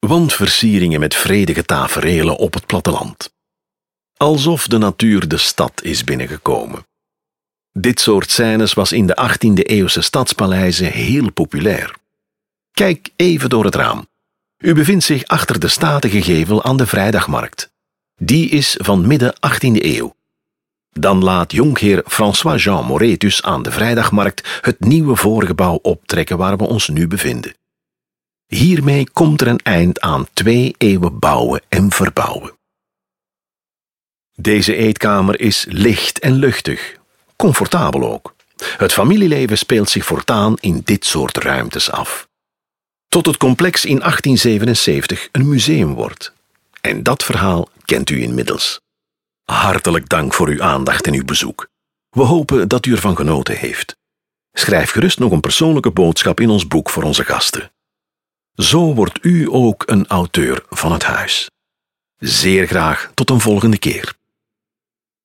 Wandversieringen met vredige taferelen op het platteland. Alsof de natuur de stad is binnengekomen. Dit soort scènes was in de 18e-eeuwse stadspaleizen heel populair. Kijk even door het raam. U bevindt zich achter de statige gevel aan de Vrijdagmarkt. Die is van midden 18e eeuw. Dan laat jonkheer François-Jean Moretus aan de Vrijdagmarkt het nieuwe voorgebouw optrekken waar we ons nu bevinden. Hiermee komt er een eind aan 2 eeuwen bouwen en verbouwen. Deze eetkamer is licht en luchtig, comfortabel ook. Het familieleven speelt zich voortaan in dit soort ruimtes af. Tot het complex in 1877 een museum wordt. En dat verhaal kent u inmiddels. Hartelijk dank voor uw aandacht en uw bezoek. We hopen dat u ervan genoten heeft. Schrijf gerust nog een persoonlijke boodschap in ons boek voor onze gasten. Zo wordt u ook een auteur van het huis. Zeer graag tot een volgende keer.